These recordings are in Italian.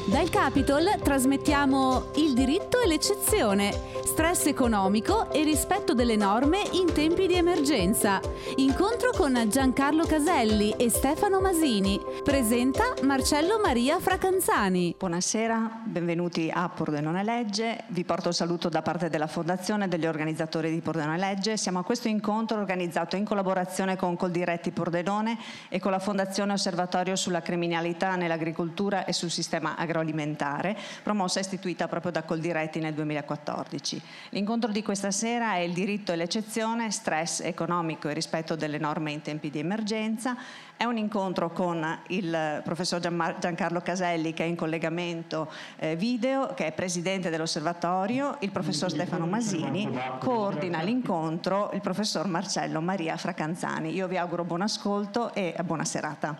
Dal Capitol trasmettiamo Il diritto e l'eccezione, stress economico e rispetto delle norme in tempi di emergenza. Incontro con Giancarlo Caselli e Stefano Masini. Presenta Marcello Maria Fracanzani. Buonasera, benvenuti a Pordenone Legge. Vi porto il saluto da parte della Fondazione e degli organizzatori di Pordenone Legge. Siamo a questo incontro organizzato in collaborazione con Coldiretti Pordenone e con la Fondazione Osservatorio sulla criminalità nell'agricoltura e sul sistema agroalimentare, promossa e istituita proprio da Coldiretti nel 2014. L'incontro di questa sera è il diritto e l'eccezione, stress economico e rispetto delle norme in tempi di emergenza. È un incontro con il professor Giancarlo Caselli, che è in collegamento video, che è presidente dell'osservatorio, il professor Stefano Masini, coordina l'incontro il professor Marcello Maria Fracanzani. Io vi auguro buon ascolto e buona serata.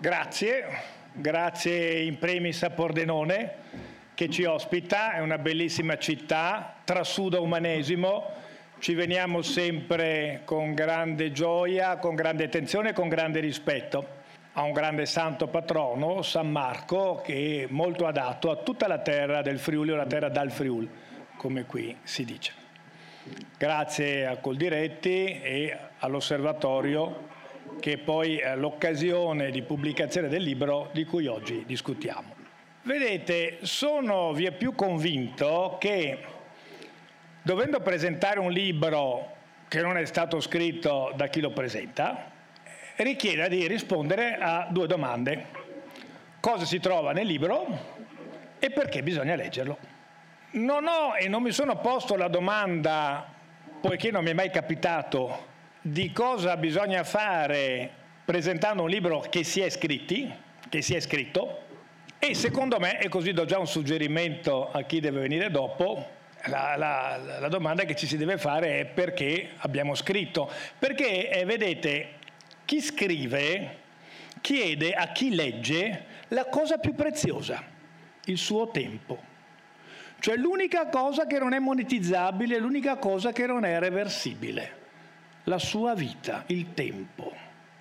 Grazie in primis a Pordenone che ci ospita, è una bellissima città, trasuda umanesimo, ci veniamo sempre con grande gioia, con grande attenzione e con grande rispetto. Ha un grande santo patrono, San Marco, che è molto adatto a tutta la terra del Friuli o la terra dal Friuli, come qui si dice. Grazie a Coldiretti e all'osservatorio, che poi è l'occasione di pubblicazione del libro di cui oggi discutiamo. Vedete, sono vieppiù convinto che, dovendo presentare un libro che non è stato scritto da chi lo presenta, richieda di rispondere a due domande: cosa si trova nel libro e perché bisogna leggerlo. Non mi sono posto la domanda, poiché non mi è mai capitato, di cosa bisogna fare presentando un libro che si è scritto, e secondo me, e così do già un suggerimento a chi deve venire dopo, la domanda che ci si deve fare è perché abbiamo scritto. Perché, vedete, chi scrive chiede a chi legge la cosa più preziosa, il suo tempo. Cioè l'unica cosa che non è monetizzabile, l'unica cosa che non è reversibile. La sua vita, il tempo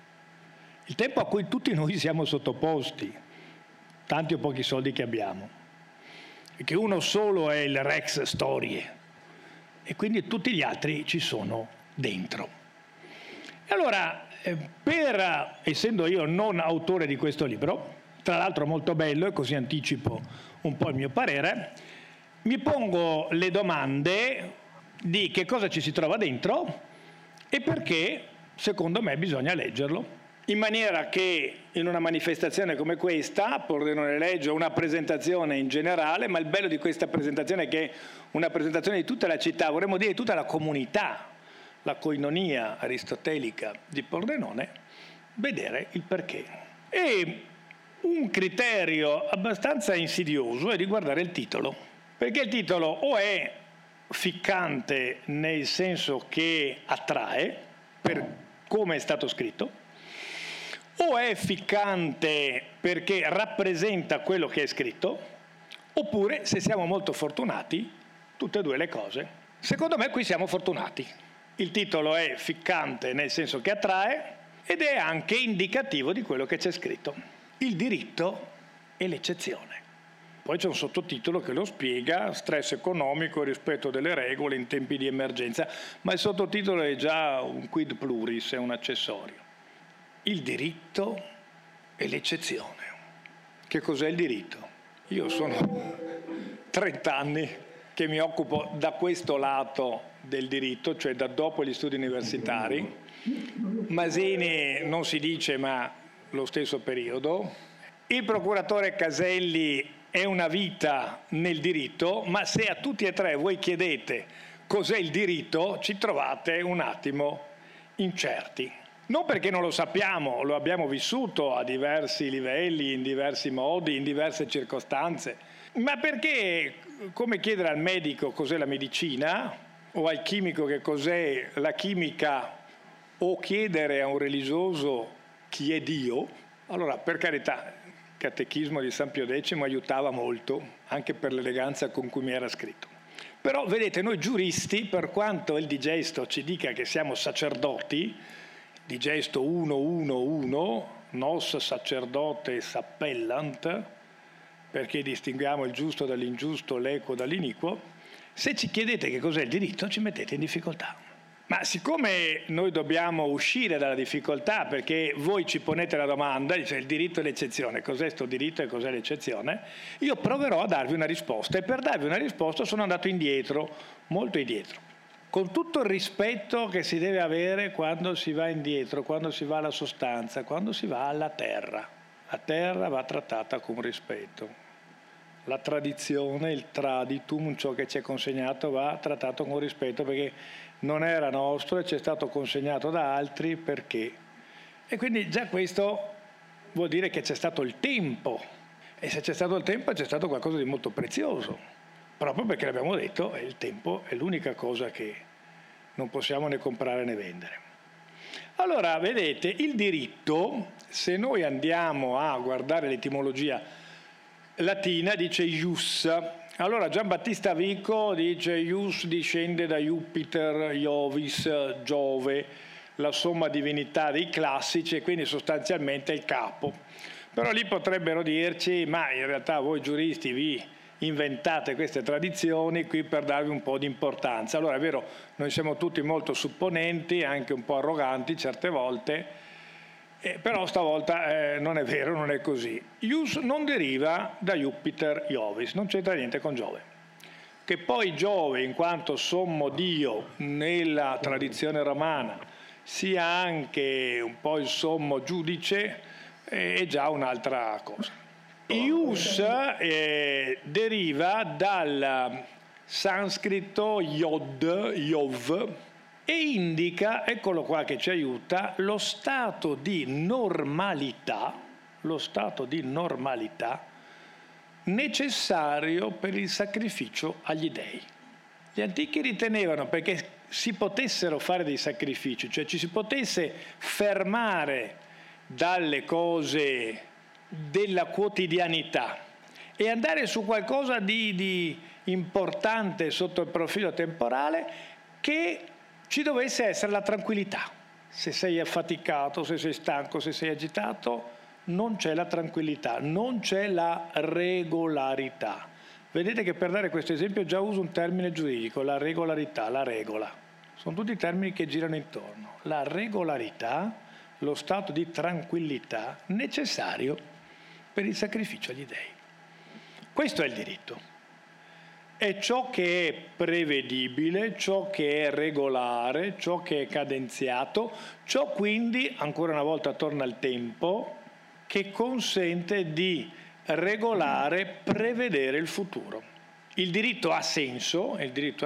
a cui tutti noi siamo sottoposti, tanti o pochi soldi che abbiamo, e che uno solo è il Rex Storie, e quindi tutti gli altri ci sono dentro. E allora, essendo io non autore di questo libro, tra l'altro molto bello, e così anticipo un po' il mio parere, mi pongo le domande di che cosa ci si trova dentro e perché, secondo me, bisogna leggerlo, in maniera che in una manifestazione come questa, Pordenone Legge, una presentazione in generale, ma il bello di questa presentazione è che è una presentazione di tutta la città, vorremmo dire di tutta la comunità, la koinonia aristotelica di Pordenone, vedere il perché. E un criterio abbastanza insidioso è di guardare il titolo, perché il titolo o è ficcante nel senso che attrae per come è stato scritto, o è ficcante perché rappresenta quello che è scritto, oppure, se siamo molto fortunati, tutte e due le cose. Secondo me qui siamo fortunati. Il titolo è ficcante nel senso che attrae ed è anche indicativo di quello che c'è scritto. Il diritto e l'eccezione. Poi c'è un sottotitolo che lo spiega, stress economico e rispetto delle regole in tempi di emergenza, ma il sottotitolo è già un quid pluris, è un accessorio. Il diritto e l'eccezione. Che cos'è il diritto? Io sono 30 anni che mi occupo da questo lato del diritto, cioè da dopo gli studi universitari. Masini non si dice, ma lo stesso periodo. Il procuratore Caselli è una vita nel diritto, ma se a tutti e tre voi chiedete cos'è il diritto, ci trovate un attimo incerti. Non perché non lo sappiamo, lo abbiamo vissuto a diversi livelli, in diversi modi, in diverse circostanze, ma perché, come chiedere al medico cos'è la medicina, o al chimico che cos'è la chimica, o chiedere a un religioso chi è Dio, allora per carità, il catechismo di San Pio X aiutava molto, anche per l'eleganza con cui mi era scritto. Però vedete, noi giuristi, per quanto il digesto ci dica che siamo sacerdoti, digesto 1:1:1, nos sacerdotes appellant, perché distinguiamo il giusto dall'ingiusto, l'equo dall'iniquo, se ci chiedete che cos'è il diritto ci mettete in difficoltà. Ma siccome noi dobbiamo uscire dalla difficoltà, perché voi ci ponete la domanda, dice il diritto e l'eccezione, cos'è sto diritto e cos'è l'eccezione, io proverò a darvi una risposta, e per darvi una risposta sono andato indietro, molto indietro, con tutto il rispetto che si deve avere quando si va indietro, quando si va alla sostanza, quando si va alla terra. La terra va trattata con rispetto. La tradizione, il traditum, ciò che ci è consegnato, va trattato con rispetto, perché non era nostro e ci è stato consegnato da altri perché. E quindi già questo vuol dire che c'è stato il tempo, e se c'è stato il tempo c'è stato qualcosa di molto prezioso, proprio perché l'abbiamo detto, il tempo è l'unica cosa che non possiamo né comprare né vendere. Allora, vedete, il diritto, se noi andiamo a guardare l'etimologia latina, dice ius. Allora Giambattista Vico dice ius discende da Jupiter, Iovis, Giove, la somma divinità dei classici, e quindi sostanzialmente il capo. Però lì potrebbero dirci, ma in realtà voi giuristi vi inventate queste tradizioni qui per darvi un po' di importanza. Allora è vero, noi siamo tutti molto supponenti, anche un po' arroganti certe volte, però stavolta non è vero, non è così. Ius non deriva da Jupiter Iovis, non c'entra niente con Giove. Che poi Giove, in quanto sommo dio nella tradizione romana, sia anche un po' il sommo giudice, è già un'altra cosa. Ius deriva dal sanscrito yod, yov, e indica, eccolo qua che ci aiuta, lo stato di normalità necessario per il sacrificio agli dei. Gli antichi ritenevano, perché si potessero fare dei sacrifici, cioè ci si potesse fermare dalle cose della quotidianità e andare su qualcosa di importante sotto il profilo temporale, che ci dovesse essere la tranquillità. Se sei affaticato, se sei stanco, se sei agitato, non c'è la tranquillità, non c'è la regolarità. Vedete che per dare questo esempio già uso un termine giuridico, la regolarità, la regola. Sono tutti termini che girano intorno. La regolarità, lo stato di tranquillità necessario per il sacrificio agli dei. Questo è il diritto. È ciò che è prevedibile, ciò che è regolare, ciò che è cadenziato, ciò quindi, ancora una volta torna al tempo, che consente di regolare, prevedere il futuro. Il diritto ha senso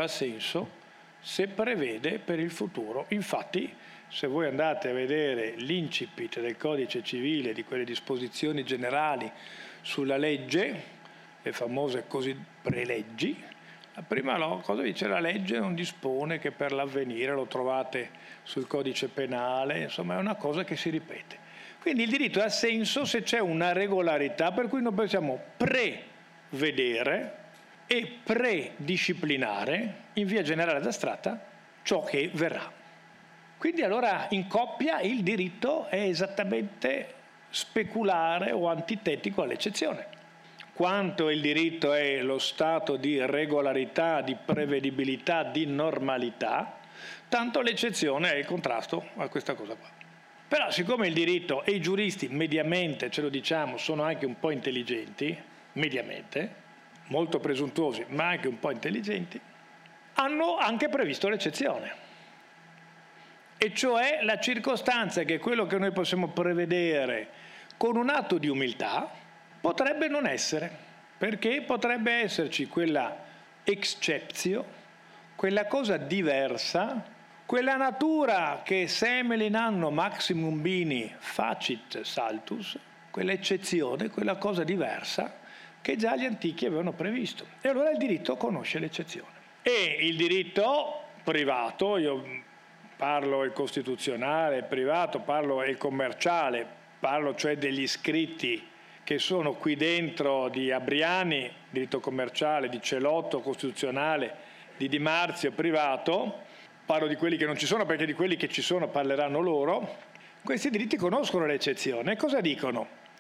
se prevede per il futuro. Infatti, se voi andate a vedere l'incipit del codice civile, di quelle disposizioni generali sulla legge, le famose così preleggi, la prima cosa dice: la legge non dispone che per l'avvenire, lo trovate sul codice penale, insomma è una cosa che si ripete. Quindi il diritto ha senso se c'è una regolarità per cui noi possiamo prevedere e predisciplinare in via generale ed astratta ciò che verrà. Quindi allora in coppia il diritto è esattamente speculare o antitetico all'eccezione. Quanto il diritto è lo stato di regolarità, di prevedibilità, di normalità, tanto l'eccezione è il contrasto a questa cosa qua. Però siccome il diritto e i giuristi mediamente, ce lo diciamo, sono anche un po' intelligenti, mediamente, molto presuntuosi ma anche un po' intelligenti, hanno anche previsto l'eccezione. E cioè la circostanza che quello che noi possiamo prevedere con un atto di umiltà potrebbe non essere, perché potrebbe esserci quella exceptio, quella cosa diversa, quella natura che semel in anno maximum bini facit saltus, quella eccezione, quella cosa diversa che già gli antichi avevano previsto. E allora il diritto conosce l'eccezione. E il diritto privato, io parlo il costituzionale, il privato, parlo il commerciale, parlo cioè degli scritti che sono qui dentro di Abriani, diritto commerciale, di Celotto, costituzionale, di Di Marzio, privato. Parlo di quelli che non ci sono perché di quelli che ci sono parleranno loro. Questi diritti conoscono l'eccezione. E cosa dicono?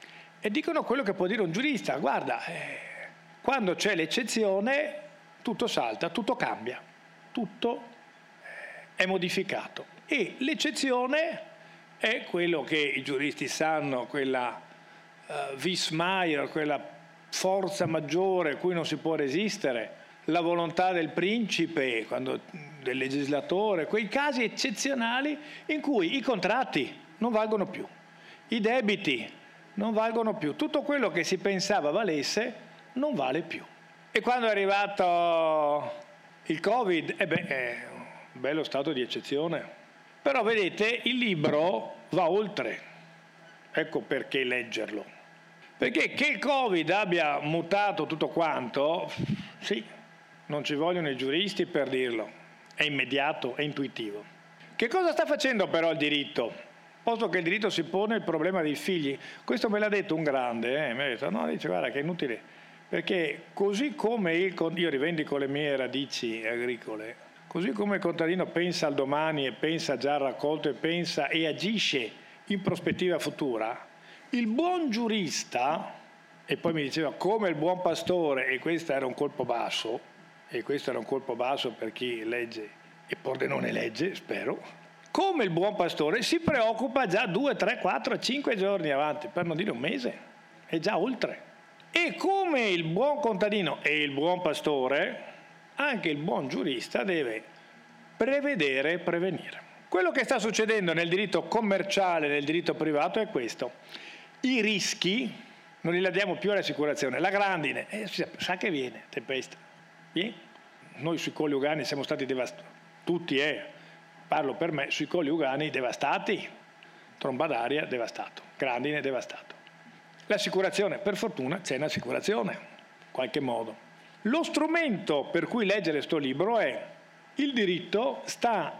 e dicono quello che può dire un giurista. Guarda, quando c'è l'eccezione tutto salta, tutto cambia, tutto è modificato. E l'eccezione è quello che i giuristi sanno, quella vis maior, quella forza maggiore a cui non si può resistere, la volontà del principe, del legislatore, quei casi eccezionali in cui i contratti non valgono più, i debiti non valgono più, tutto quello che si pensava valesse non vale più. E quando è arrivato il Covid, è un bello stato di eccezione. Però vedete, il libro va oltre. Ecco perché leggerlo. Perché che il Covid abbia mutato tutto quanto, sì, non ci vogliono i giuristi per dirlo. È immediato, è intuitivo. Che cosa sta facendo però il diritto? Posto che il diritto si pone il problema dei figli. Questo me l'ha detto un grande, mi ha detto, no, dice, guarda che è inutile. Perché così come io rivendico le mie radici agricole, così come il contadino pensa al domani e pensa già al raccolto e pensa e agisce in prospettiva futura, il buon giurista, e poi mi diceva come il buon pastore, e questo era un colpo basso per chi legge e Pordenone legge, spero, come il buon pastore si preoccupa già 2, 3, 4, 5 giorni avanti, per non dire un mese, è già oltre. E come il buon contadino e il buon pastore, anche il buon giurista deve prevedere e prevenire. Quello che sta succedendo nel diritto commerciale, nel diritto privato è questo. I rischi non li diamo più all'assicurazione. La grandine, sa che viene, tempesta. Noi sui Colli Ugani siamo stati devastati, tutti, parlo per me, sui Colli Ugani devastati, tromba d'aria devastato, grandine devastato. L'assicurazione, per fortuna c'è un'assicurazione, in qualche modo. Lo strumento per cui leggere sto libro è il diritto sta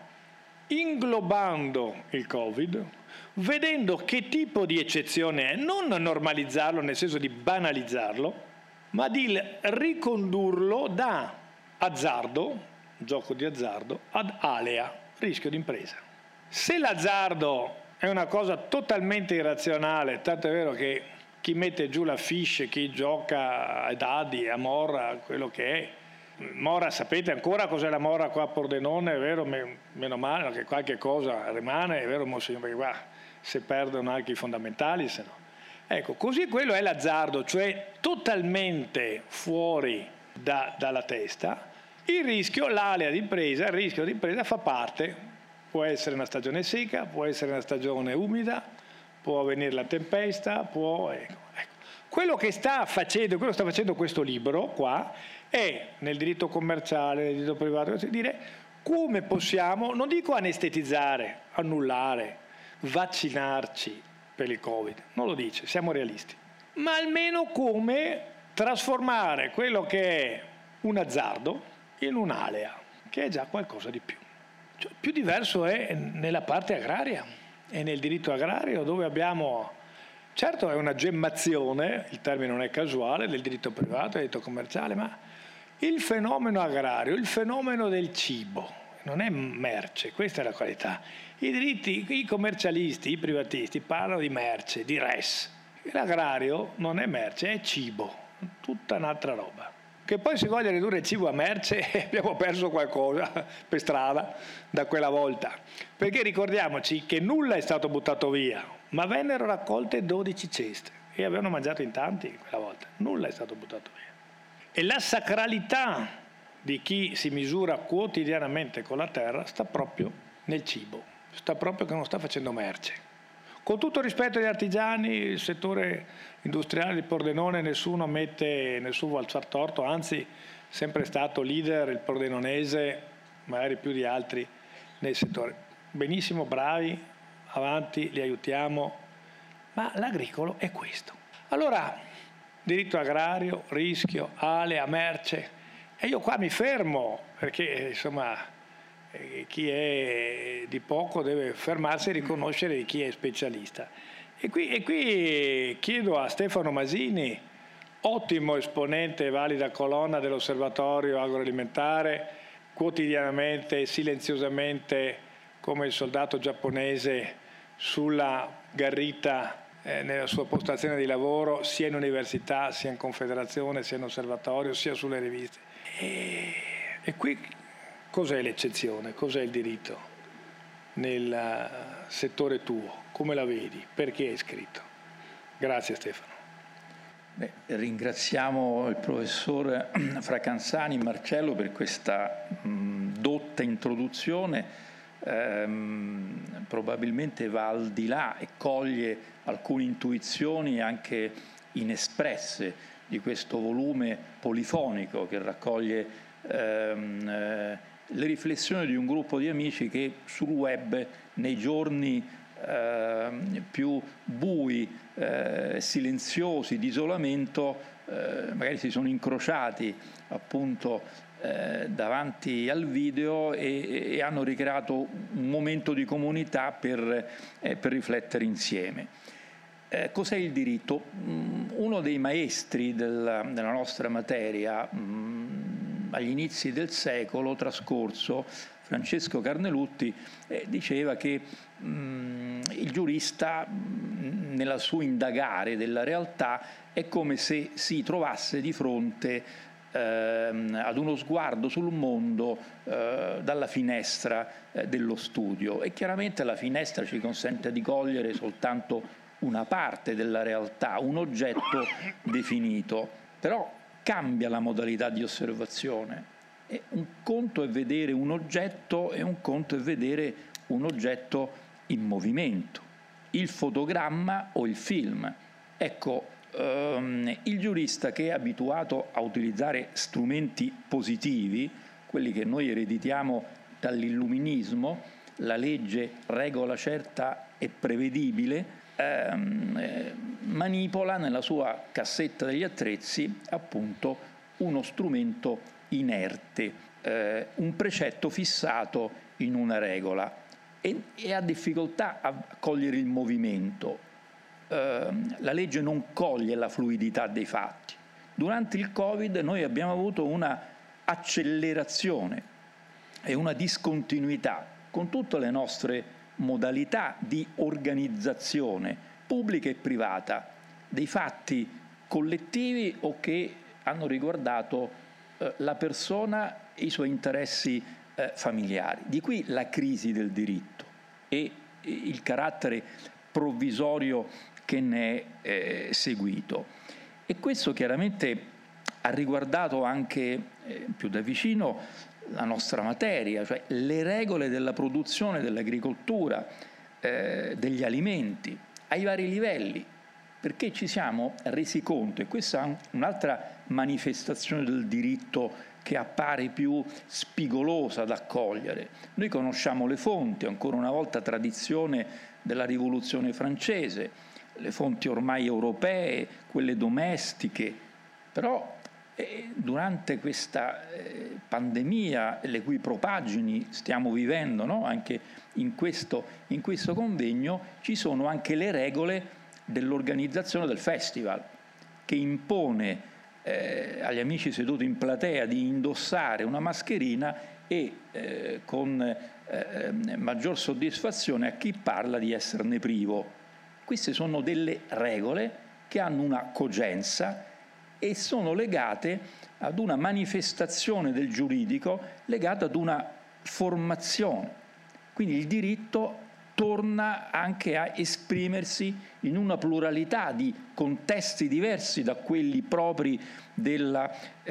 inglobando il Covid, vedendo che tipo di eccezione è, non normalizzarlo nel senso di banalizzarlo, ma di ricondurlo da azzardo, gioco di azzardo, ad alea, rischio d'impresa. Se l'azzardo è una cosa totalmente irrazionale, tanto è vero che chi mette giù la fiche, chi gioca a dadi, a morra, quello che è. Morra, sapete ancora cos'è la morra qua a Pordenone, è vero? Meno male che qualche cosa rimane, è vero Monsignor, perché qua si perdono anche i fondamentali, se no. Ecco, così quello è l'azzardo, cioè totalmente fuori dalla testa. Il rischio, l'alea d'impresa, il rischio d'impresa fa parte, può essere una stagione secca, può essere una stagione umida, può venire la tempesta, ecco. Quello che sta facendo questo libro qua è, nel diritto commerciale, nel diritto privato, dire come possiamo, non dico anestetizzare, annullare, vaccinarci per il Covid, non lo dice, siamo realisti, ma almeno come trasformare quello che è un azzardo in un'alea, che è già qualcosa di più. Cioè, più diverso è nella parte agraria e nel diritto agrario, dove abbiamo, certo è una gemmazione, il termine non è casuale, del diritto privato, del diritto commerciale, ma il fenomeno agrario, il fenomeno del cibo, non è merce, questa è la qualità. I commercialisti, i privatisti parlano di merce, di res. L'agrario non è merce, è cibo, tutta un'altra roba. Che poi si voglia ridurre il cibo a merce, abbiamo perso qualcosa per strada da quella volta. Perché ricordiamoci che nulla è stato buttato via, ma vennero raccolte 12 ceste e avevano mangiato in tanti quella volta. Nulla è stato buttato via. E la sacralità di chi si misura quotidianamente con la terra sta proprio nel cibo, sta proprio che non sta facendo merce. Con tutto rispetto agli artigiani, il settore industriale di Pordenone nessuno vuol far torto, anzi sempre stato leader il pordenonese, magari più di altri nel settore. Benissimo, bravi, avanti, li aiutiamo, ma l'agricolo è questo. Allora, diritto agrario, rischio, alea, merce, e io qua mi fermo perché insomma chi è di poco deve fermarsi e riconoscere di chi è specialista. E qui chiedo a Stefano Masini, ottimo esponente e valida colonna dell'Osservatorio Agroalimentare, quotidianamente e silenziosamente come il soldato giapponese sulla garrita nella sua postazione di lavoro, sia in università, sia in confederazione, sia in osservatorio, sia sulle riviste. E qui cos'è l'eccezione? Cos'è il diritto nel settore tuo? Come la vedi? Perché hai scritto? Grazie Stefano. Ringraziamo il professor Fracanzani Marcello per questa dotta introduzione, probabilmente va al di là e coglie alcune intuizioni anche inespresse di questo volume polifonico che raccoglie le riflessioni di un gruppo di amici che sul web nei giorni più bui, silenziosi, di isolamento, magari si sono incrociati appunto davanti al video e hanno ricreato un momento di comunità per riflettere insieme. Cos'è il diritto? Uno dei maestri della nostra materia agli inizi del secolo trascorso, Francesco Carnelutti, diceva che il giurista nella sua indagare della realtà è come se si trovasse di fronte ad uno sguardo sul mondo dalla finestra dello studio, e chiaramente la finestra ci consente di cogliere soltanto una parte della realtà, un oggetto definito, però cambia la modalità di osservazione. E un conto è vedere un oggetto e un conto è vedere un oggetto in movimento, il fotogramma o il film. Ecco, il giurista che è abituato a utilizzare strumenti positivi, quelli che noi ereditiamo dall'illuminismo, la legge, regola certa e prevedibile, manipola nella sua cassetta degli attrezzi appunto uno strumento inerte, un precetto fissato in una regola, e ha difficoltà a cogliere il movimento. La legge non coglie la fluidità dei fatti. Durante il Covid noi abbiamo avuto una accelerazione e una discontinuità con tutte le nostre modalità di organizzazione pubblica e privata dei fatti collettivi o che hanno riguardato la persona e i suoi interessi familiari. Di qui la crisi del diritto e il carattere provvisorio che ne è seguito. E questo chiaramente ha riguardato anche più da vicino la nostra materia, cioè le regole della produzione, dell'agricoltura, degli alimenti, ai vari livelli, perché ci siamo resi conto, e questa è un'altra manifestazione del diritto che appare più spigolosa da accogliere. Noi conosciamo le fonti, ancora una volta tradizione della Rivoluzione francese, le fonti ormai europee, quelle domestiche, però durante questa pandemia, le cui propagini stiamo vivendo, no? Anche in questo convegno, ci sono anche le regole dell'organizzazione del festival, che impone agli amici seduti in platea di indossare una mascherina e con maggior soddisfazione a chi parla di esserne privo. Queste sono delle regole che hanno una cogenza e sono legate ad una manifestazione del giuridico, legata ad una formazione. Quindi il diritto torna anche a esprimersi in una pluralità di contesti diversi da quelli propri della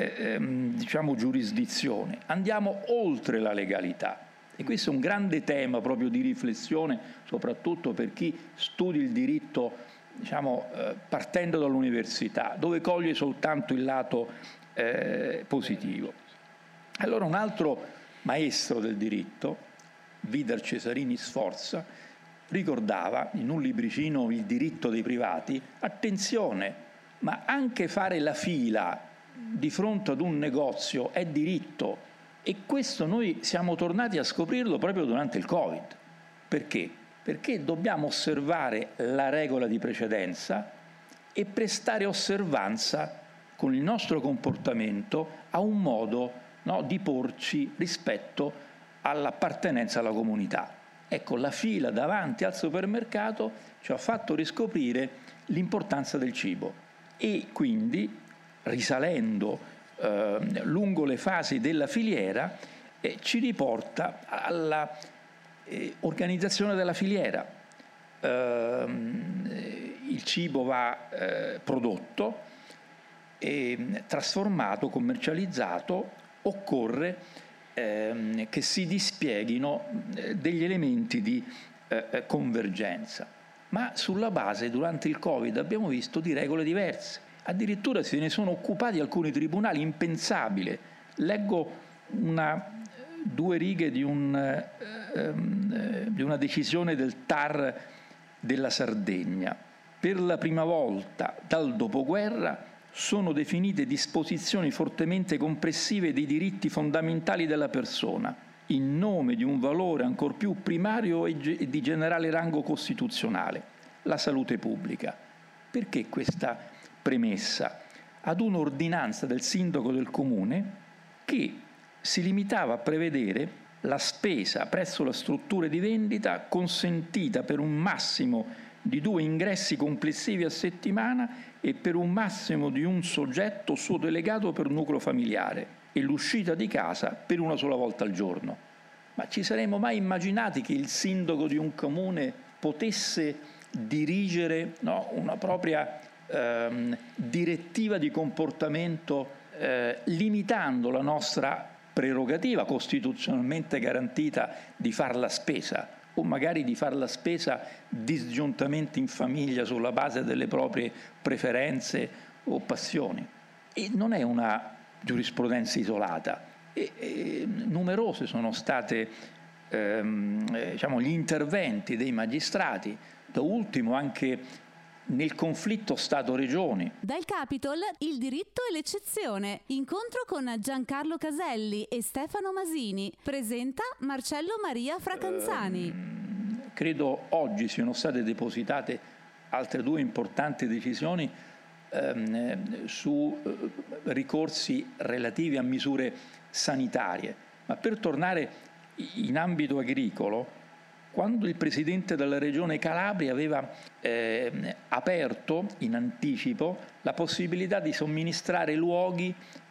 giurisdizione. Andiamo oltre la legalità, e questo è un grande tema proprio di riflessione, soprattutto per chi studia il diritto partendo dall'università, dove coglie soltanto il lato positivo. Allora un altro maestro del diritto, Vidar Cesarini Sforza, ricordava in un libricino Il diritto dei privati: attenzione, ma anche fare la fila di fronte ad un negozio è diritto. E questo noi siamo tornati a scoprirlo proprio durante il Covid. Perché? Perché dobbiamo osservare la regola di precedenza e prestare osservanza con il nostro comportamento a un modo, no, di porci rispetto all'appartenenza alla comunità. Ecco, la fila davanti al supermercato ci ha fatto riscoprire l'importanza del cibo e quindi, risalendo lungo le fasi della filiera, ci riporta alla organizzazione della filiera. Il cibo va prodotto, trasformato, commercializzato, occorre che si dispieghino degli elementi di convergenza. Ma sulla base, durante il Covid, abbiamo visto di regole diverse. Addirittura se ne sono occupati alcuni tribunali, impensabile. Leggo due righe di una decisione del TAR della Sardegna. Per la prima volta dal dopoguerra sono definite disposizioni fortemente compressive dei diritti fondamentali della persona, in nome di un valore ancor più primario e di generale rango costituzionale, la salute pubblica. Perché questa premessa? Ad un'ordinanza del sindaco del comune che si limitava a prevedere la spesa presso le strutture di vendita consentita per un massimo di 2 ingressi complessivi a settimana e per un massimo di un soggetto suo delegato per nucleo familiare e l'uscita di casa per una sola volta al giorno. Ma ci saremmo mai immaginati che il sindaco di un comune potesse dirigere una propria direttiva di comportamento limitando la nostra prerogativa costituzionalmente garantita di far la spesa, o magari di fare la spesa disgiuntamente in famiglia sulla base delle proprie preferenze o passioni. E non è una giurisprudenza isolata. Numerose sono state gli interventi dei magistrati, da ultimo anche nel conflitto Stato-Regioni. Dal Capitol, il diritto e l'eccezione. Incontro con Giancarlo Caselli e Stefano Masini. Presenta Marcello Maria Fracanzani. Credo oggi siano state depositate altre 2 importanti decisioni su ricorsi relativi a misure sanitarie. Ma per tornare in ambito agricolo, quando il Presidente della Regione Calabria aveva aperto in anticipo la possibilità di somministrare luoghi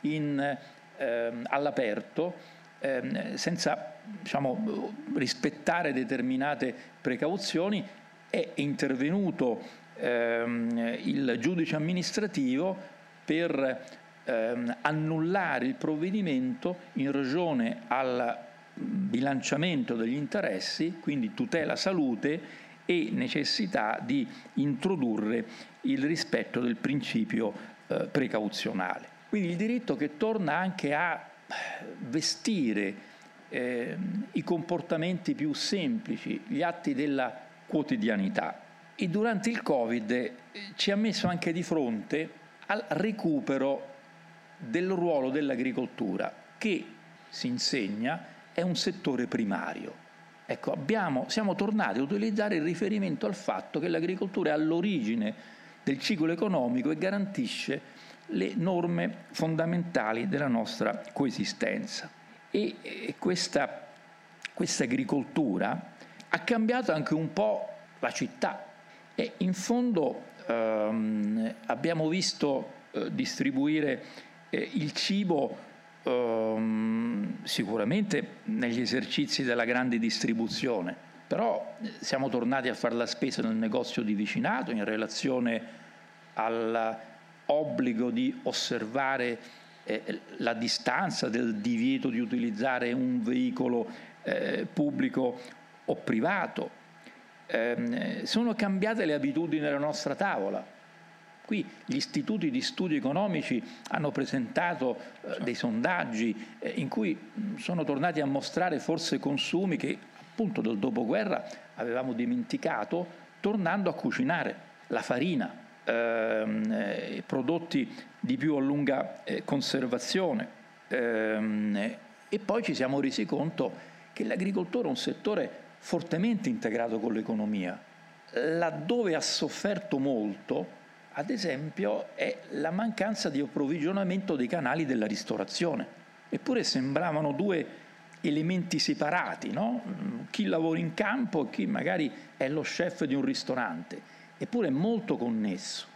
all'aperto senza rispettare determinate precauzioni, è intervenuto il giudice amministrativo per annullare il provvedimento in ragione al bilanciamento degli interessi, quindi tutela salute e necessità di introdurre il rispetto del principio precauzionale. Quindi il diritto che torna anche a vestire i comportamenti più semplici, gli atti della quotidianità. E durante il Covid ci ha messo anche di fronte al recupero del ruolo dell'agricoltura, che si insegna è un settore primario. Ecco, siamo tornati a utilizzare il riferimento al fatto che l'agricoltura è all'origine del ciclo economico e garantisce le norme fondamentali della nostra coesistenza. E questa agricoltura ha cambiato anche un po' la città e in fondo abbiamo visto distribuire il cibo sicuramente negli esercizi della grande distribuzione, però siamo tornati a fare la spesa nel negozio di vicinato in relazione all'obbligo di osservare la distanza, del divieto di utilizzare un veicolo pubblico o privato. Sono cambiate le abitudini della nostra tavola. Qui gli istituti di studi economici hanno presentato dei sondaggi in cui sono tornati a mostrare forse consumi che appunto dal dopoguerra avevamo dimenticato, tornando a cucinare la farina, prodotti di più a lunga conservazione. E poi ci siamo resi conto che l'agricoltura è un settore fortemente integrato con l'economia. Laddove ha sofferto molto, ad esempio, è la mancanza di approvvigionamento dei canali della ristorazione. Eppure sembravano 2 elementi separati, no? Chi lavora in campo e chi magari è lo chef di un ristorante, eppure è molto connesso.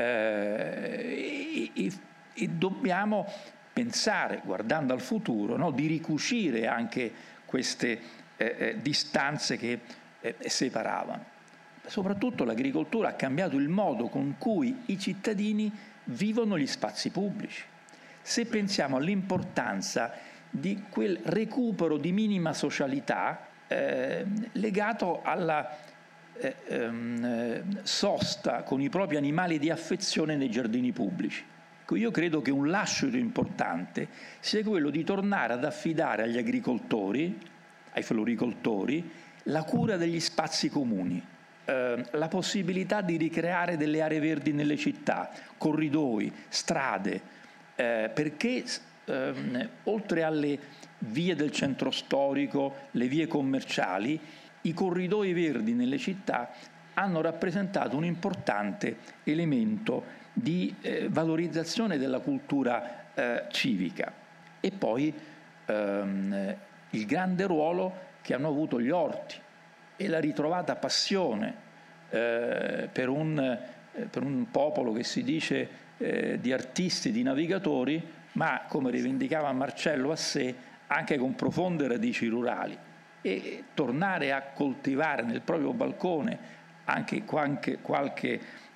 E dobbiamo pensare, guardando al futuro, no? Di ricucire anche queste distanze che separavano. Soprattutto l'agricoltura ha cambiato il modo con cui i cittadini vivono gli spazi pubblici. Se pensiamo all'importanza di quel recupero di minima socialità legato alla sosta con i propri animali di affezione nei giardini pubblici. Io credo che un lascito importante sia quello di tornare ad affidare agli agricoltori, ai floricoltori, la cura degli spazi comuni, la possibilità di ricreare delle aree verdi nelle città, corridoi, strade, perché oltre alle vie del centro storico, le vie commerciali, i corridoi verdi nelle città hanno rappresentato un importante elemento di valorizzazione della cultura civica. E poi il grande ruolo che hanno avuto gli orti e la ritrovata passione per un popolo che si dice di artisti, di navigatori, ma come rivendicava Marcello Assè, anche con profonde radici rurali. E tornare a coltivare nel proprio balcone anche qualche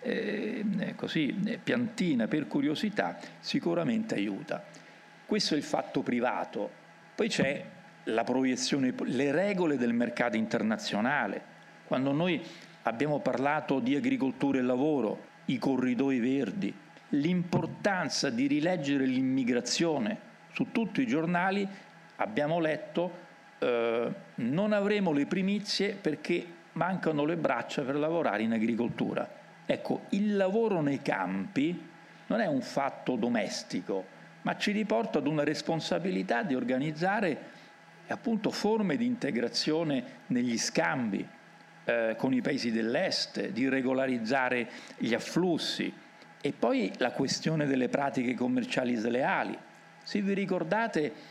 piantina per curiosità sicuramente aiuta. Questo è il fatto privato. Poi c'è la proiezione, le regole del mercato internazionale. Quando noi abbiamo parlato di agricoltura e lavoro, i corridoi verdi, l'importanza di rileggere l'immigrazione, su tutti i giornali abbiamo letto non avremo le primizie perché mancano le braccia per lavorare in agricoltura. Ecco, il lavoro nei campi non è un fatto domestico, ma ci riporta ad una responsabilità di organizzare appunto forme di integrazione negli scambi con i paesi dell'est, di regolarizzare gli afflussi. E poi la questione delle pratiche commerciali sleali. Se vi ricordate,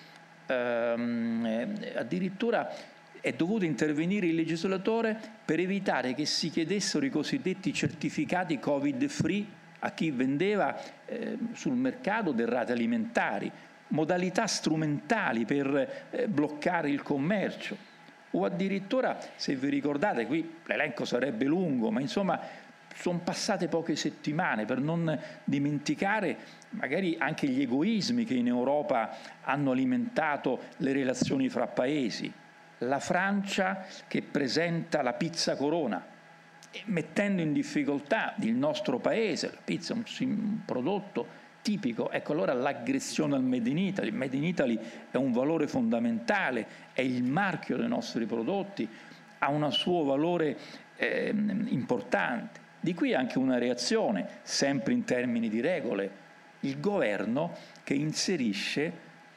addirittura è dovuto intervenire il legislatore per evitare che si chiedessero i cosiddetti certificati Covid-free a chi vendeva sul mercato derrate alimentari, modalità strumentali per bloccare il commercio. O addirittura, se vi ricordate, qui l'elenco sarebbe lungo, ma insomma sono passate poche settimane, per non dimenticare magari anche gli egoismi che in Europa hanno alimentato le relazioni fra paesi. La Francia che presenta la pizza Corona, mettendo in difficoltà il nostro paese. La pizza è un prodotto tipico. Ecco, allora l'aggressione al Made in Italy. Il Made in Italy è un valore fondamentale, è il marchio dei nostri prodotti, ha un suo valore importante. Di qui anche una reazione, sempre in termini di regole, il governo che inserisce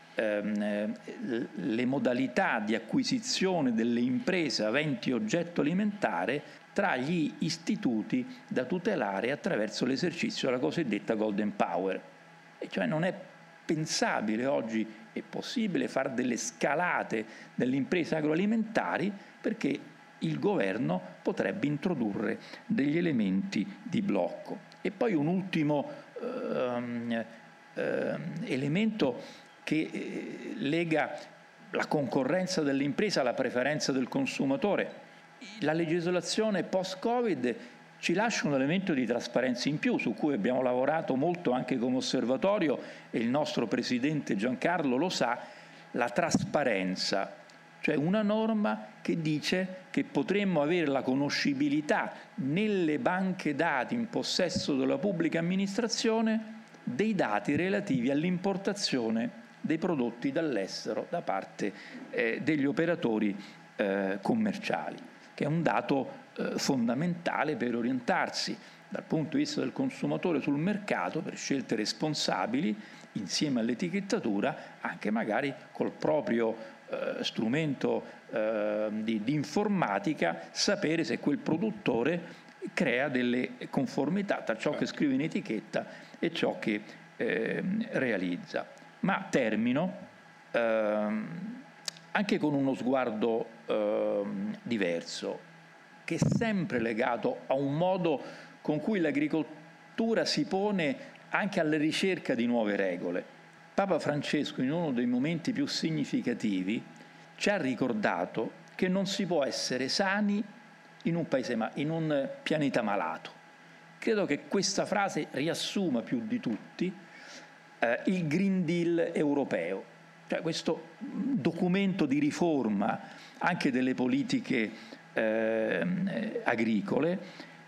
le modalità di acquisizione delle imprese aventi oggetto alimentare tra gli istituti da tutelare attraverso l'esercizio della cosiddetta Golden Power. E cioè non è pensabile oggi, è possibile fare delle scalate delle imprese agroalimentari perché il governo potrebbe introdurre degli elementi di blocco. E poi un ultimo elemento che lega la concorrenza dell'impresa alla preferenza del consumatore. La legislazione post-Covid ci lascia un elemento di trasparenza in più, su cui abbiamo lavorato molto anche come osservatorio, e il nostro presidente Giancarlo lo sa, la trasparenza. Cioè una norma che dice che potremmo avere la conoscibilità nelle banche dati in possesso della pubblica amministrazione dei dati relativi all'importazione dei prodotti dall'estero da parte degli operatori commerciali, che è un dato fondamentale per orientarsi dal punto di vista del consumatore sul mercato per scelte responsabili, insieme all'etichettatura, anche magari col proprio strumento di informatica, sapere se quel produttore crea delle conformità tra ciò che scrive in etichetta e ciò che realizza. Ma termino anche con uno sguardo diverso, che è sempre legato a un modo con cui l'agricoltura si pone anche alla ricerca di nuove regole. Papa Francesco, in uno dei momenti più significativi, ci ha ricordato che non si può essere sani in un pianeta malato. Credo che questa frase riassuma più di tutti il Green Deal europeo, cioè questo documento di riforma anche delle politiche agricole,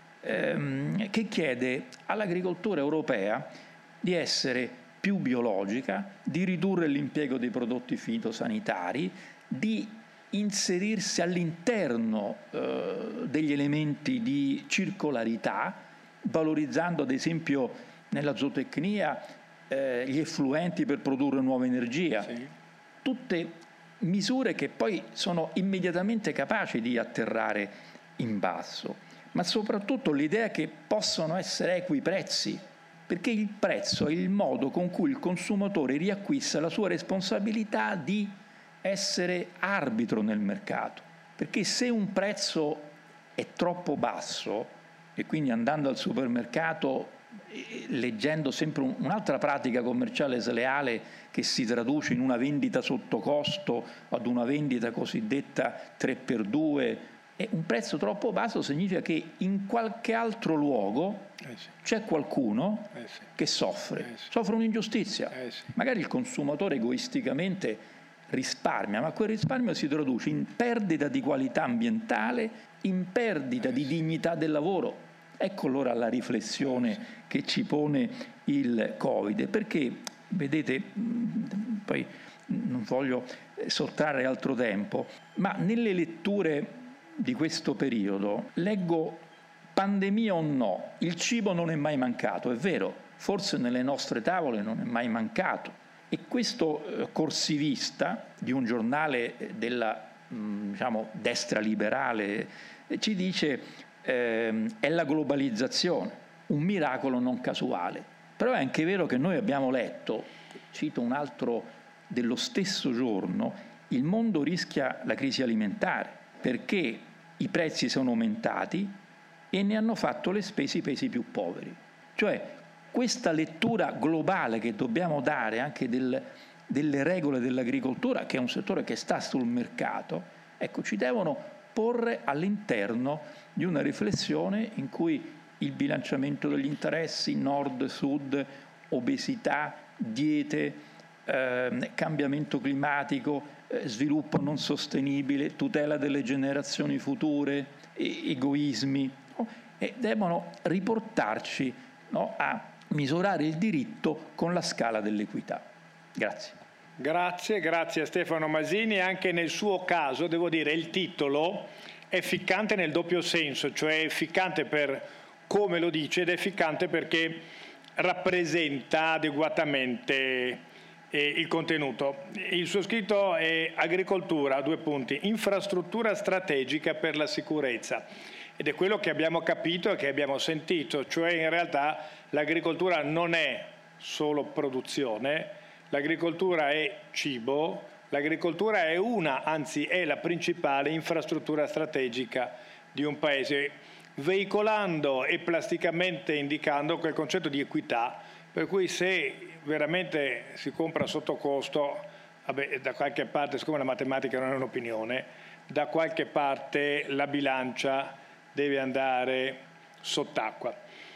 che chiede all'agricoltura europea di essere più biologica, di ridurre l'impiego dei prodotti fitosanitari, di inserirsi all'interno degli elementi di circolarità, valorizzando ad esempio nella zootecnia gli effluenti per produrre nuova energia. Sì. Tutte misure che poi sono immediatamente capaci di atterrare in basso, ma soprattutto l'idea che possono essere equi i prezzi, perché il prezzo è il modo con cui il consumatore riacquista la sua responsabilità di essere arbitro nel mercato. Perché se un prezzo è troppo basso, e quindi andando al supermercato leggendo sempre un'altra pratica commerciale sleale che si traduce in una vendita sotto costo ad una vendita cosiddetta 3x2, e un prezzo troppo basso significa che in qualche altro luogo c'è qualcuno che soffre un'ingiustizia. Magari il consumatore egoisticamente risparmia, ma quel risparmio si traduce in perdita di qualità ambientale, in perdita di dignità del lavoro. Ecco allora la riflessione che ci pone il Covid, perché vedete, poi non voglio sottrarre altro tempo, ma nelle letture di questo periodo leggo: pandemia o no, il cibo non è mai mancato. È vero, forse nelle nostre tavole non è mai mancato. E questo corsivista di un giornale della destra liberale ci dice è la globalizzazione, un miracolo non casuale. Però è anche vero che noi abbiamo letto, cito un altro dello stesso giorno, il mondo rischia la crisi alimentare perché i prezzi sono aumentati e ne hanno fatto le spese i paesi più poveri. Cioè questa lettura globale che dobbiamo dare anche delle regole dell'agricoltura, che è un settore che sta sul mercato, ecco, ci devono porre all'interno di una riflessione in cui il bilanciamento degli interessi, nord-sud, obesità, diete, cambiamento climatico, sviluppo non sostenibile, tutela delle generazioni future, egoismi, e devono riportarci a misurare il diritto con la scala dell'equità. Grazie. Grazie a Stefano Masini. Anche nel suo caso, devo dire, il titolo è ficcante nel doppio senso, cioè è ficcante per come lo dice ed è ficcante perché rappresenta adeguatamente il contenuto. Il suo scritto è Agricoltura, infrastruttura strategica per la sicurezza. Ed è quello che abbiamo capito e che abbiamo sentito, cioè in realtà l'agricoltura non è solo produzione, l'agricoltura è cibo, l'agricoltura è anzi è la principale infrastruttura strategica di un paese, veicolando e plasticamente indicando quel concetto di equità, per cui se veramente si compra sotto costo, da qualche parte, siccome la matematica non è un'opinione, da qualche parte la bilancia deve andare sott'acqua.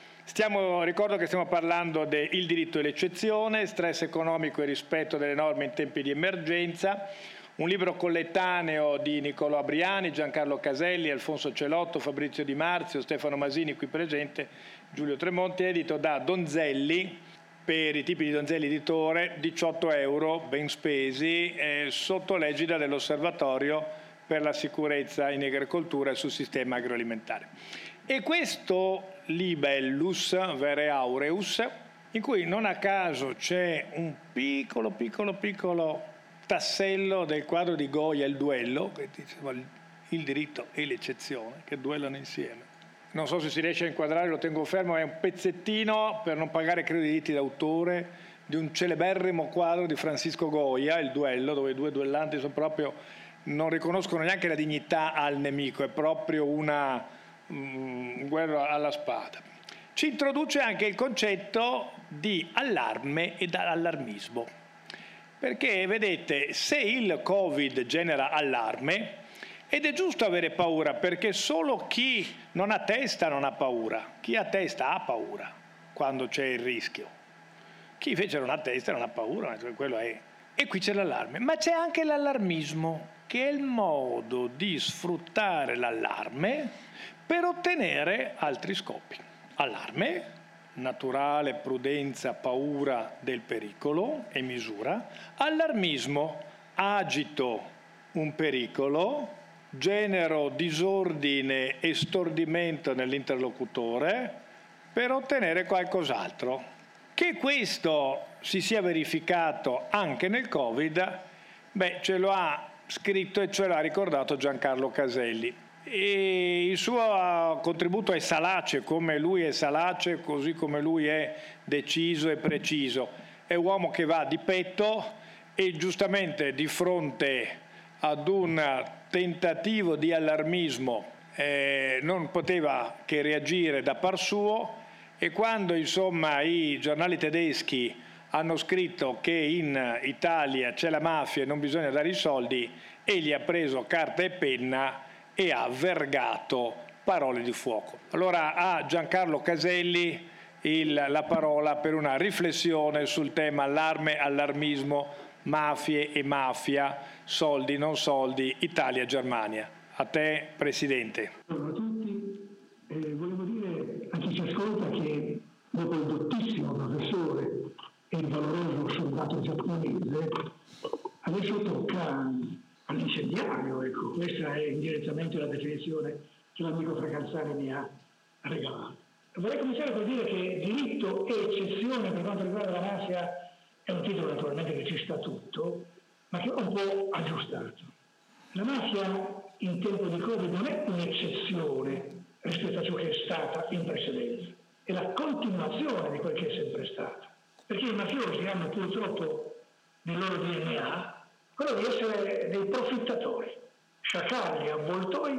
Ricordo che stiamo parlando del diritto e l'eccezione, stress economico e rispetto delle norme in tempi di emergenza, un libro coetaneo di Niccolò Abriani, Giancarlo Caselli, Alfonso Celotto, Fabrizio Di Marzio, Stefano Masini qui presente, Giulio Tremonti, edito da Donzelli, per i tipi di Donzelli editore, 18 euro ben spesi, sotto l'egida dell'Osservatorio per la sicurezza in agricoltura e sul sistema agroalimentare. E questo libellus vere aureus, in cui non a caso c'è un piccolo tassello del quadro di Goya, Il duello, che diceva il diritto e l'eccezione, che duellano insieme. Non so se si riesce a inquadrare, lo tengo fermo, è un pezzettino, per non pagare credo i diritti d'autore, di un celeberrimo quadro di Francisco Goya, Il duello, dove i due duellanti sono proprio non riconoscono neanche la dignità al nemico, è proprio una guerra alla spada. Ci introduce anche il concetto di allarme ed allarmismo, perché vedete, se il Covid genera allarme, ed è giusto avere paura, perché solo chi non ha testa non ha paura, chi ha testa ha paura quando c'è il rischio, chi invece non ha testa non ha paura, quello è. E qui c'è l'allarme, ma c'è anche l'allarmismo, che è il modo di sfruttare l'allarme per ottenere altri scopi. Allarme, naturale prudenza, paura del pericolo e misura. Allarmismo, agito un pericolo, genero disordine e stordimento nell'interlocutore per ottenere qualcos'altro. Che questo si sia verificato anche nel Covid, ce lo ha scritto e ce l'ha ricordato Giancarlo Caselli. E il suo contributo è salace, come lui è salace, così come lui è deciso e preciso. È un uomo che va di petto e giustamente di fronte ad un tentativo di allarmismo non poteva che reagire da par suo, e quando insomma i giornali tedeschi hanno scritto che in Italia c'è la mafia e non bisogna dare i soldi, egli ha preso carta e penna e ha vergato parole di fuoco. Allora a Giancarlo Caselli la parola per una riflessione sul tema allarme, allarmismo, mafie e mafia, soldi, non soldi, Italia, Germania. A te, Presidente. Buongiorno a tutti. Volevo dire a chi ci ascolta che dopo il dottissimo professore e il valoroso soldato giapponese, adesso tocca all'incendiario, ecco, questa è indirettamente la definizione che l'amico Fracalzani mi ha regalato. Vorrei cominciare per dire che diritto e eccezione per quanto riguarda la mafia è un titolo naturalmente che ci sta tutto, ma che va un po' aggiustato. La mafia in tempo di Covid non è un'eccezione rispetto a ciò che è stata in precedenza, è la continuazione di quel che è sempre stato. Perché i mafiosi hanno purtroppo nel loro DNA quello di essere dei profittatori, sciacalli, avvoltoi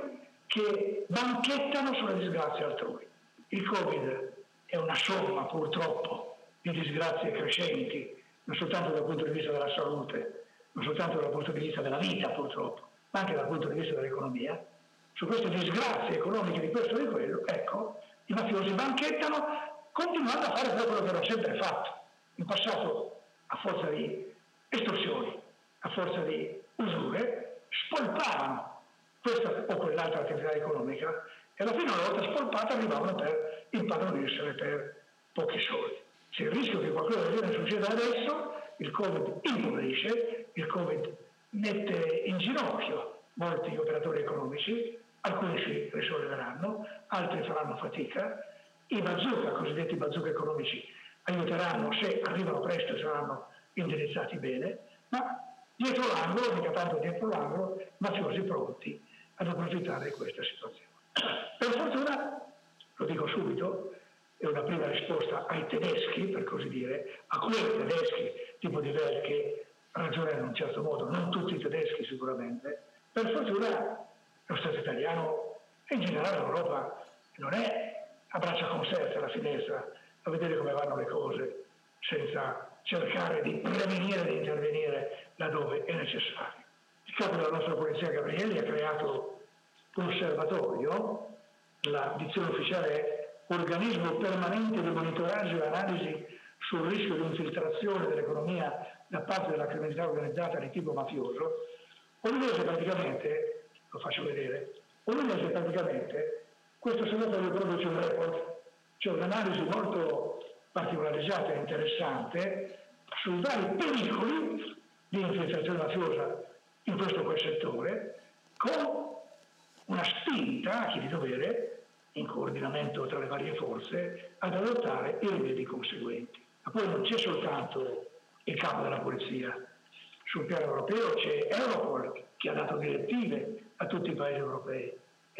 che banchettano sulle disgrazie altrui. Il Covid è una somma purtroppo di disgrazie crescenti, non soltanto dal punto di vista della salute, non soltanto dal punto di vista della vita purtroppo, ma anche dal punto di vista dell'economia. Su queste disgrazie economiche di questo e di quello, ecco, i mafiosi banchettano continuando a fare quello che hanno sempre fatto. In passato, a forza di estorsioni, a forza di usure, spolpavano questa o quell'altra attività economica e alla fine, una volta spolpata, arrivavano per impadronirsene per pochi soldi. C'è il rischio che qualcosa del genere succeda adesso, il Covid impoverisce, il Covid mette in ginocchio molti operatori economici, alcuni si risolleveranno, altri faranno fatica, i bazooka, cosiddetti bazooka economici, aiuteranno se arrivano presto e saranno indirizzati bene, ma dietro l'angolo, mica tanto dietro l'angolo, mafiosi pronti ad approfittare di questa situazione. Per fortuna, lo dico subito, è una prima risposta ai tedeschi, per così dire, a quei tedeschi tipo di Welt che ragionano in un certo modo, non tutti i tedeschi sicuramente. Per fortuna lo Stato italiano e in generale l'Europa non è a braccia conserte alla finestra a vedere come vanno le cose senza cercare di prevenire e di intervenire laddove è necessario. Il capo della nostra polizia Gabrielli ha creato un osservatorio, la dizione ufficiale è organismo permanente di monitoraggio e analisi sul rischio di infiltrazione dell'economia da parte della criminalità organizzata di tipo mafioso. Ogni mese praticamente, lo faccio vedere, ogni mese praticamente questo osservatorio produce un report, cioè un'analisi molto particolarizzata e interessante sui vari pericoli di infiltrazione mafiosa in questo o quel settore, con una spinta a chi di dovere, in coordinamento tra le varie forze, ad adottare i rimedi conseguenti. Ma poi non c'è soltanto il capo della polizia. Sul piano europeo c'è Europol che ha dato direttive a tutti i paesi europei.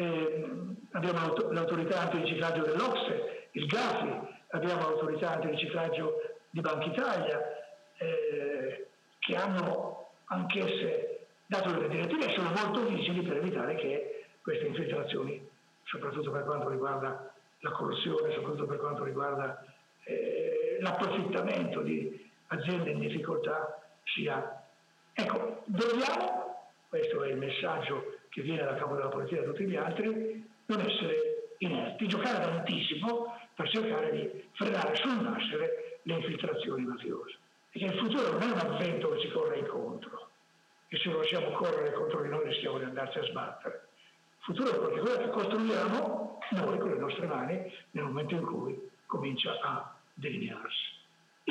Abbiamo l'autorità antiriciclaggio dell'Ocse, il GAFI, abbiamo l'autorità antiriciclaggio di Banca Italia, che hanno anch'esse dato delle direttive, sono molto vigili per evitare che queste infiltrazioni, soprattutto per quanto riguarda la corruzione, soprattutto per quanto riguarda l'approfittamento di aziende in difficoltà, sia. Ecco, dobbiamo, questo è il messaggio che viene dal capo della polizia e da tutti gli altri, non essere inerti, giocare tantissimo per cercare di frenare sul nascere le infiltrazioni mafiose. Perché il futuro non è un avvento che ci corre incontro, e se lo lasciamo correre contro di noi rischiamo di andarci a sbattere. Il futuro è qualcosa che costruiamo noi con le nostre mani nel momento in cui comincia a delinearsi. I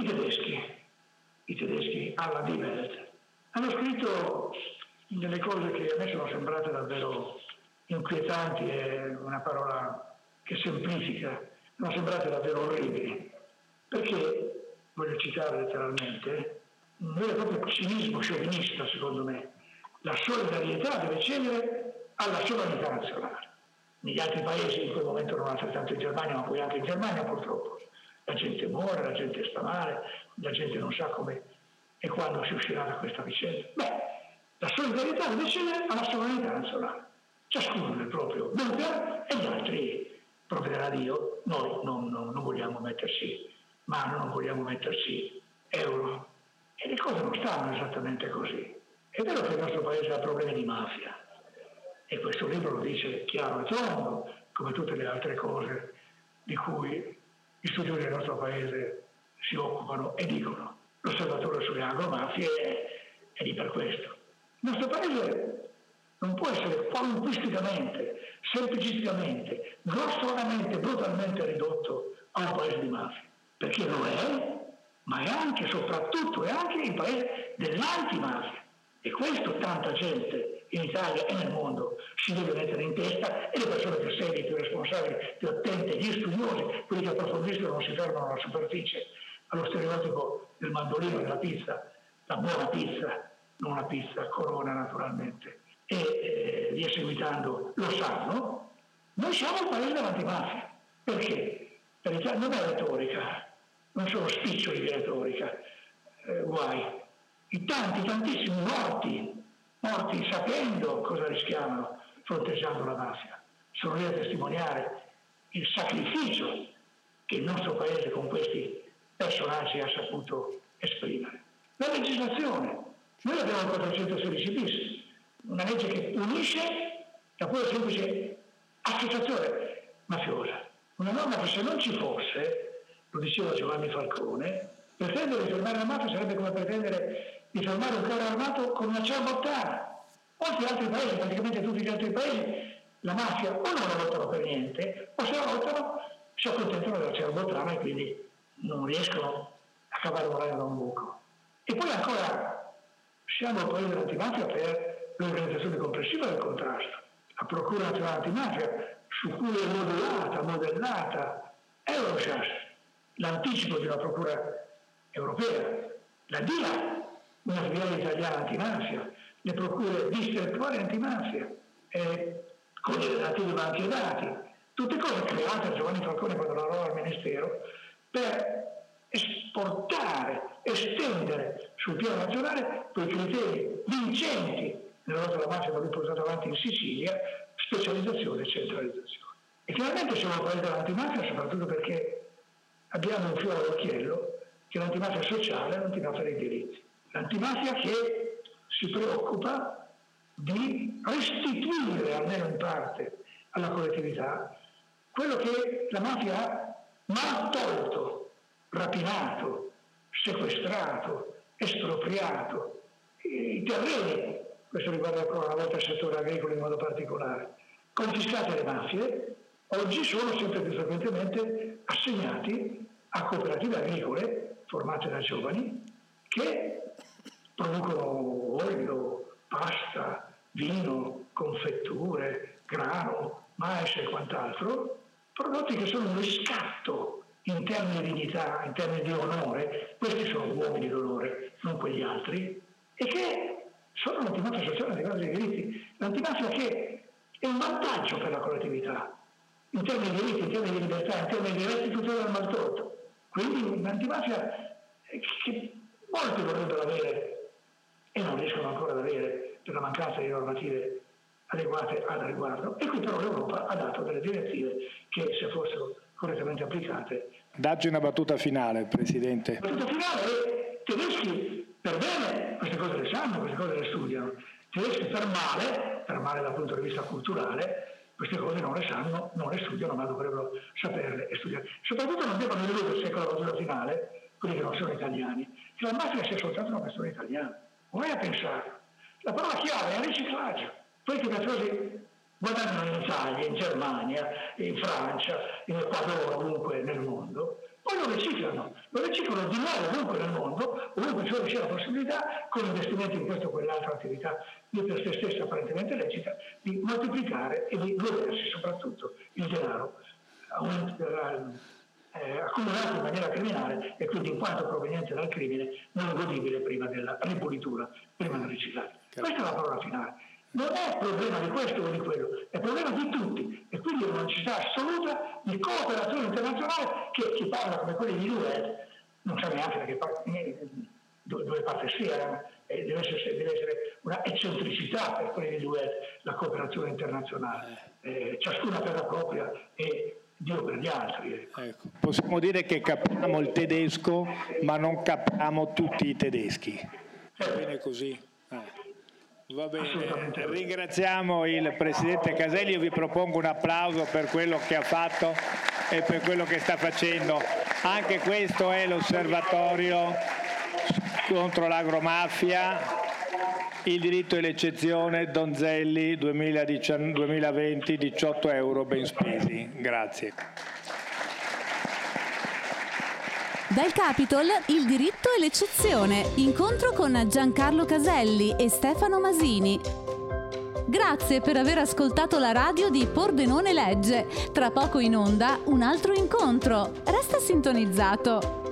tedeschi alla Die Welt hanno scritto delle cose che a me sono sembrate davvero inquietanti, è una parola che semplifica, sono sembrate davvero orribili, perché, voglio citare letteralmente, un vero e proprio cinismo sciovinista, secondo me. La solidarietà deve cedere alla sovranità nazionale. Negli altri paesi, in quel momento non altrettanto in Germania, ma poi anche in Germania purtroppo, la gente muore, la gente sta male, la gente non sa come e quando si uscirà da questa vicenda. La solidarietà deve cedere alla sovranità nazionale. Ciascuno nel proprio bunker e gli altri provvederà Dio. Noi non vogliamo metterci mano, non vogliamo metterci euro. E le cose non stanno esattamente così. È vero che il nostro paese ha problemi di mafia, e questo libro lo dice chiaro e tondo, come tutte le altre cose di cui gli studiosi del nostro paese si occupano e dicono. L'osservatorio sulle agromafie è lì per questo. Il nostro paese non può essere qualunquisticamente, semplicisticamente, grossolanamente, brutalmente ridotto a un paese di mafia, perché lo è, ma è anche, soprattutto, è anche il paese dell'antimafia. E questo tanta gente in Italia e nel mondo si deve mettere in testa, e le persone più serie, più responsabili, più attente, gli studiosi, quelli che approfondiscono, non si fermano alla superficie, allo stereotipo del mandolino, della pizza, la buona pizza, non una pizza Corona naturalmente, e via seguitando, lo sanno. Noi siamo il paese dell'antimafia. Perché? Perché non è retorica, non sono spiccioli di retorica, guai. I tantissimi morti sapendo cosa rischiavano fronteggiando la mafia, sono lì a testimoniare il sacrificio che il nostro paese con questi personaggi ha saputo esprimere. La legislazione, noi abbiamo il 416 bis, una legge che punisce la pura semplice associazione mafiosa, una norma che se non ci fosse, lo diceva Giovanni Falcone, pretendere di fermare la mafia sarebbe come pretendere di fermare un carro armato con una ciabattana. Molti altri paesi, praticamente tutti gli altri paesi, la mafia o non la lottano per niente, o se la lottano si accontentano della ciabattana e quindi non riescono a cavare un ragno da un buco. E poi ancora siamo il paese dell'antimafia per l'organizzazione complessiva del contrasto. La Procura Nazionale Antimafia, su cui è modellata Eurojust, l'anticipo di una procura europea, la DIA, una filiale italiana antimafia, le procure distrettuali antimafia, con le relative banche dati, tutte cose create da Giovanni Falcone quando lavorava al Ministero per estendere sul piano nazionale quei criteri vincenti nella lotta alla mafia che lui portato avanti in Sicilia, specializzazione e centralizzazione. E finalmente siamo al paese dell'antimafia soprattutto perché abbiamo un fiore all'occhiello che è l'antimafia sociale e l'antimafia dei diritti. L'antimafia che si preoccupa di restituire, almeno in parte, alla collettività quello che la mafia ha maltolto, rapinato, sequestrato, espropriato. I terreni, questo riguarda ancora una volta il settore agricolo in modo particolare, confiscate alle mafie, oggi sono sempre più frequentemente assegnati a cooperative agricole formate da giovani che producono olio, pasta, vino, confetture, grano, mais e quant'altro, prodotti che sono un riscatto in termini di dignità, in termini di onore, questi sono uomini d'onore, non quegli altri, e che sono l'antimafia sociale, l'antimafia dei diritti, l'antimafia che è un vantaggio per la collettività, in termini di diritti, in termini di libertà, in termini di restituzione del maltolto. Quindi un'antimafia che molti vorrebbero avere e non riescono ancora ad avere per la mancanza di normative adeguate al riguardo. E qui però l'Europa ha dato delle direttive che, se fossero correttamente applicate... Daggi una battuta finale, Presidente. La battuta finale è: tedeschi per bene queste cose le sanno, queste cose le studiano, tedeschi per male dal punto di vista culturale, queste cose non le sanno, non le studiano, ma dovrebbero saperle e studiare. Soprattutto non devono illudersi con la battuta finale, quelli che non sono italiani, che la mafia sia soltanto una questione italiana. Vai a pensare. La parola chiave è riciclaggio. Poi che mafiosi guadagnano in Italia, in Germania, in Francia, in Ecuador, ovunque nel mondo, poi lo riciclano di nuovo ovunque nel mondo, ovunque c'è la possibilità, con investimenti in questa o quell'altra attività di per se stessa apparentemente lecita, di moltiplicare e di godersi soprattutto il denaro accumulato in maniera criminale e quindi in quanto proveniente dal crimine non godibile prima della ripulitura, prima del riciclaggio. Questa è la parola finale. Non è problema di questo o di quello, è problema di tutti, e quindi è una necessità assoluta di cooperazione internazionale che chi parla come quelli di l'UE non sa neanche dove parte sia, deve essere una eccentricità per quelli di l'UE la cooperazione internazionale, ciascuna per la propria e Dio per gli altri. Ecco. Possiamo dire che capiamo il tedesco, ma non capiamo tutti i tedeschi. Va bene così? Va bene, ringraziamo il Presidente Caselli, io vi propongo un applauso per quello che ha fatto e per quello che sta facendo. Anche questo è l'osservatorio contro l'agromafia, il diritto e l'eccezione, Donzelli 2020, 18 euro ben spesi. Grazie. Dal Capitol, il diritto e l'eccezione. Incontro con Giancarlo Caselli e Stefano Masini. Grazie per aver ascoltato la radio di Pordenone Legge. Tra poco in onda un altro incontro. Resta sintonizzato.